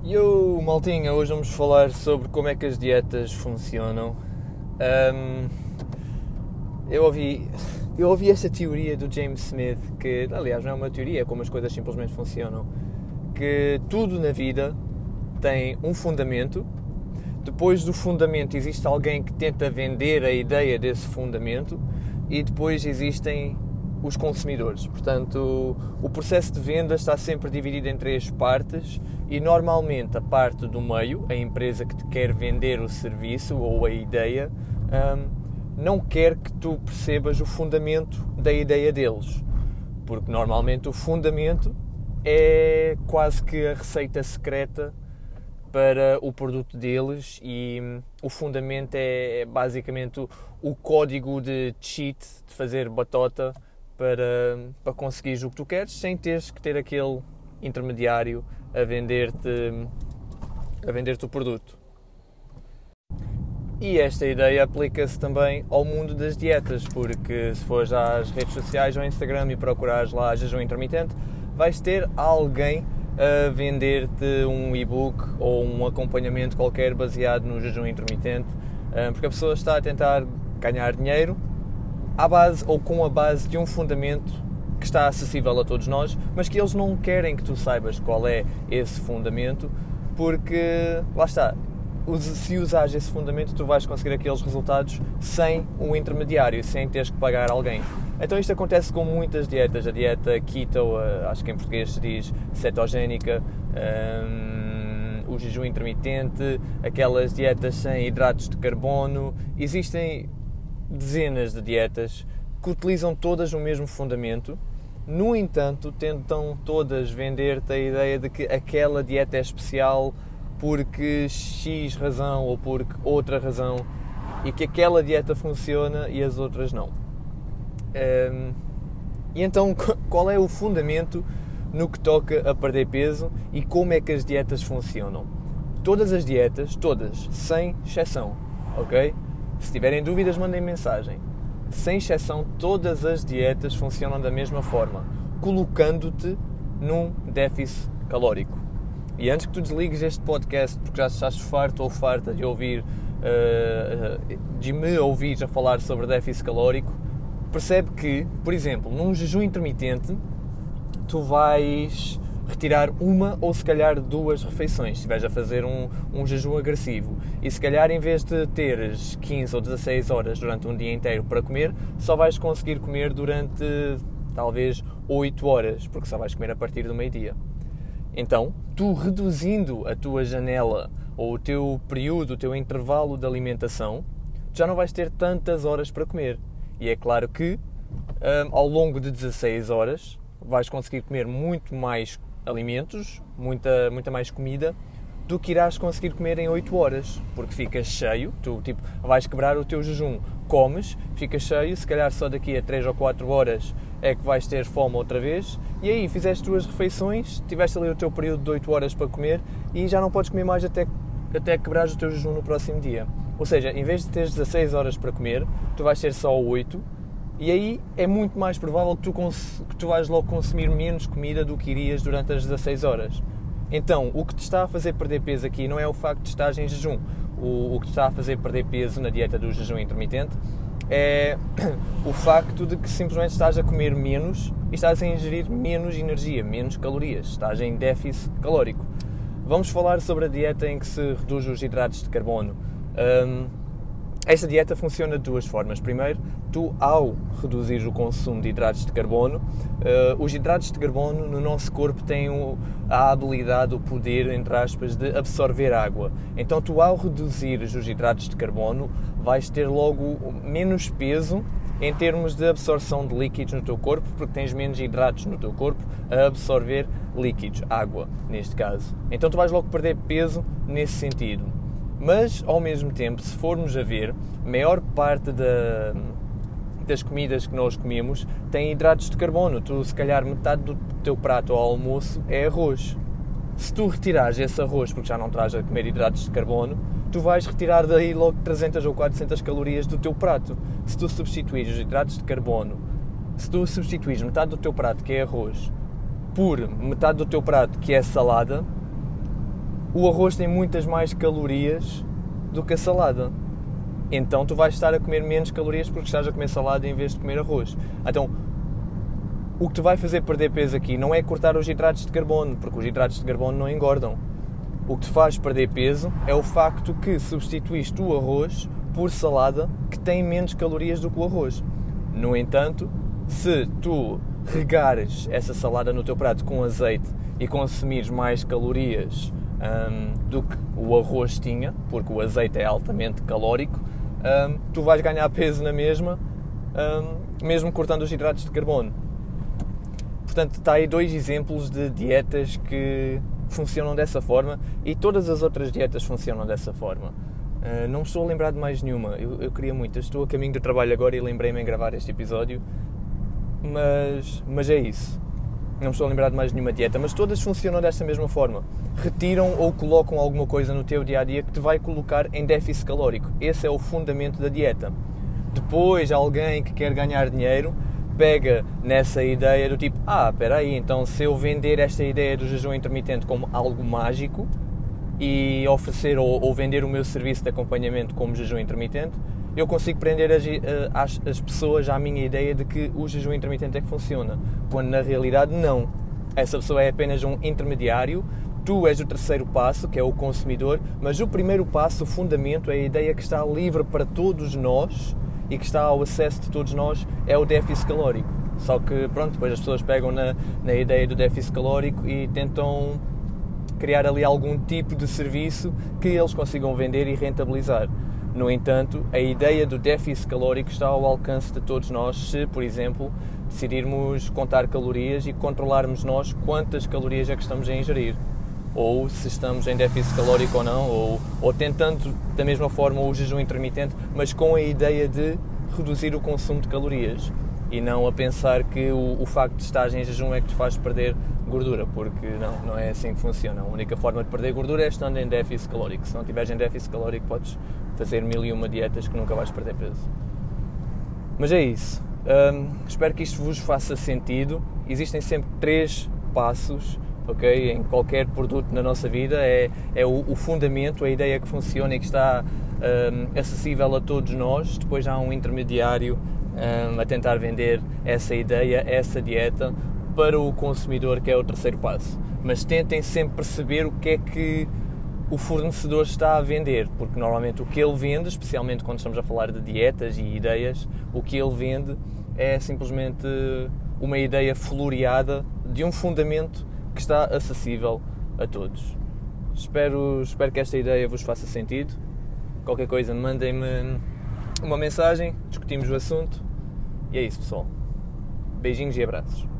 Yo, maltinha, hoje vamos falar sobre como é que as dietas funcionam. Eu ouvi esta teoria do James Smith, que aliás não é uma teoria, é como as coisas simplesmente funcionam, que tudo na vida tem um fundamento, depois do fundamento existe alguém que tenta vender a ideia desse fundamento e depois existem os consumidores. Portanto, o processo de venda está sempre dividido em três partes e normalmente a parte do meio, a empresa que te quer vender o serviço ou a ideia, não quer que tu percebas o fundamento da ideia deles, porque normalmente o fundamento é quase que a receita secreta para o produto deles e o fundamento é basicamente o código de cheat, de fazer batota para conseguires o que tu queres, sem teres que ter aquele intermediário a vender-te o produto. E esta ideia aplica-se também ao mundo das dietas, porque se fores às redes sociais ou ao Instagram e procurares lá jejum intermitente, vais ter alguém a vender-te um e-book ou um acompanhamento qualquer baseado no jejum intermitente, porque a pessoa está a tentar ganhar dinheiro à base ou com a base de um fundamento que está acessível a todos nós, mas que eles não querem que tu saibas qual é esse fundamento, porque, lá está, se usares esse fundamento tu vais conseguir aqueles resultados sem um intermediário, sem teres que pagar alguém. Então isto acontece com muitas dietas, a dieta keto, acho que em português se diz cetogénica, o jejum intermitente, aquelas dietas sem hidratos de carbono. Existem dezenas de dietas que utilizam todas o mesmo fundamento, no entanto tentam todas vender-te a ideia de que aquela dieta é especial porque X razão ou porque outra razão e que aquela dieta funciona e as outras não. E então qual é o fundamento no que toca a perder peso e como é que as dietas funcionam? Todas as dietas, todas, sem exceção, ok? Se tiverem dúvidas, mandem mensagem. Sem exceção, todas as dietas funcionam da mesma forma, colocando-te num déficit calórico. E antes que tu desligues este podcast, porque já estás farto ou farta de me ouvir a falar sobre déficit calórico, percebe que, por exemplo, num jejum intermitente, tu vais retirar uma ou se calhar duas refeições, se estiveres a fazer um jejum agressivo. E se calhar em vez de teres 15 ou 16 horas durante um dia inteiro para comer, só vais conseguir comer durante talvez 8 horas, porque só vais comer a partir do meio-dia. Então, tu reduzindo a tua janela ou o teu período, o teu intervalo de alimentação, já não vais ter tantas horas para comer. E é claro que ao longo de 16 horas vais conseguir comer muito mais alimentos, muita mais comida, do que irás conseguir comer em 8 horas, porque ficas cheio, tu vais quebrar o teu jejum, comes, ficas cheio, se calhar só daqui a 3 ou 4 horas é que vais ter fome outra vez, e aí fizeste duas refeições, tiveste ali o teu período de 8 horas para comer e já não podes comer mais até quebrares o teu jejum no próximo dia. Ou seja, em vez de teres 16 horas para comer, tu vais ter só 8, e aí é muito mais provável que tu vais logo consumir menos comida do que irias durante as 16 horas. Então, o que te está a fazer perder peso aqui não é o facto de estares em jejum. O que te está a fazer perder peso na dieta do jejum intermitente é o facto de que simplesmente estás a comer menos e estás a ingerir menos energia, menos calorias. Estás em déficit calórico. Vamos falar sobre a dieta em que se reduz os hidratos de carbono. Esta dieta funciona de duas formas. Primeiro, tu ao reduzir o consumo de hidratos de carbono, os hidratos de carbono no nosso corpo têm a habilidade, o poder, entre aspas, de absorver água. Então tu ao reduzir os hidratos de carbono vais ter logo menos peso em termos de absorção de líquidos no teu corpo, porque tens menos hidratos no teu corpo a absorver líquidos, água neste caso. Então tu vais logo perder peso nesse sentido. Mas, ao mesmo tempo, se formos a ver, a maior parte das comidas que nós comemos tem hidratos de carbono. Tu, se calhar, metade do teu prato ao almoço é arroz. Se tu retirares esse arroz, porque já não estás a comer hidratos de carbono, tu vais retirar daí logo 300 ou 400 calorias do teu prato. Se tu substituires os hidratos de carbono, se tu substituires metade do teu prato, que é arroz, por metade do teu prato, que é salada, o arroz tem muitas mais calorias do que a salada. Então tu vais estar a comer menos calorias porque estás a comer salada em vez de comer arroz. Então, o que te vai fazer perder peso aqui não é cortar os hidratos de carbono, porque os hidratos de carbono não engordam. O que te faz perder peso é o facto que substituíste o arroz por salada que tem menos calorias do que o arroz. No entanto, se tu regares essa salada no teu prato com azeite e consumires mais calorias do que o arroz tinha, porque o azeite é altamente calórico, tu vais ganhar peso na mesma, mesmo cortando os hidratos de carbono. Portanto, está aí 2 exemplos de dietas que funcionam dessa forma e todas as outras dietas funcionam dessa forma. Não me estou a lembrar de mais nenhuma, eu queria muito, estou a caminho do trabalho agora e lembrei-me em gravar este episódio, mas é isso. Não me estou a lembrar de mais nenhuma dieta, mas todas funcionam desta mesma forma. Retiram ou colocam alguma coisa no teu dia-a-dia que te vai colocar em déficit calórico. Esse é o fundamento da dieta. Depois, alguém que quer ganhar dinheiro pega nessa ideia do tipo, espera aí, então se eu vender esta ideia do jejum intermitente como algo mágico e oferecer ou vender o meu serviço de acompanhamento como jejum intermitente, eu consigo prender as pessoas à minha ideia de que o jejum intermitente é que funciona, quando na realidade não. Essa pessoa é apenas um intermediário, tu és o terceiro passo, que é o consumidor, mas o primeiro passo, o fundamento, é a ideia que está livre para todos nós e que está ao acesso de todos nós, é o déficit calórico. Só que, pronto, depois as pessoas pegam na ideia do déficit calórico e tentam criar ali algum tipo de serviço que eles consigam vender e rentabilizar. No entanto, a ideia do déficit calórico está ao alcance de todos nós se, por exemplo, decidirmos contar calorias e controlarmos nós quantas calorias é que estamos a ingerir. Ou se estamos em déficit calórico ou não, ou tentando da mesma forma o jejum intermitente, mas com a ideia de reduzir o consumo de calorias e não a pensar que o facto de estar em jejum é que te faz perder gordura, porque não é assim que funciona. A única forma de perder gordura é estando em déficit calórico. Se não estiveres em déficit calórico podes fazer 1001 dietas que nunca vais perder peso. Mas é isso. Espero que isto vos faça sentido. Existem sempre 3 passos, ok? Em qualquer produto na nossa vida é o fundamento, a ideia que funciona e que está acessível a todos nós. Depois há um intermediário a tentar vender essa ideia, essa dieta para o consumidor, que é o terceiro passo. Mas tentem sempre perceber o que é que o fornecedor está a vender, porque normalmente o que ele vende, especialmente quando estamos a falar de dietas e ideias, o que ele vende é simplesmente uma ideia floreada de um fundamento que está acessível a todos. Espero que esta ideia vos faça sentido. Qualquer coisa, mandem-me uma mensagem, discutimos o assunto. E é isso, pessoal. Beijinhos e abraços.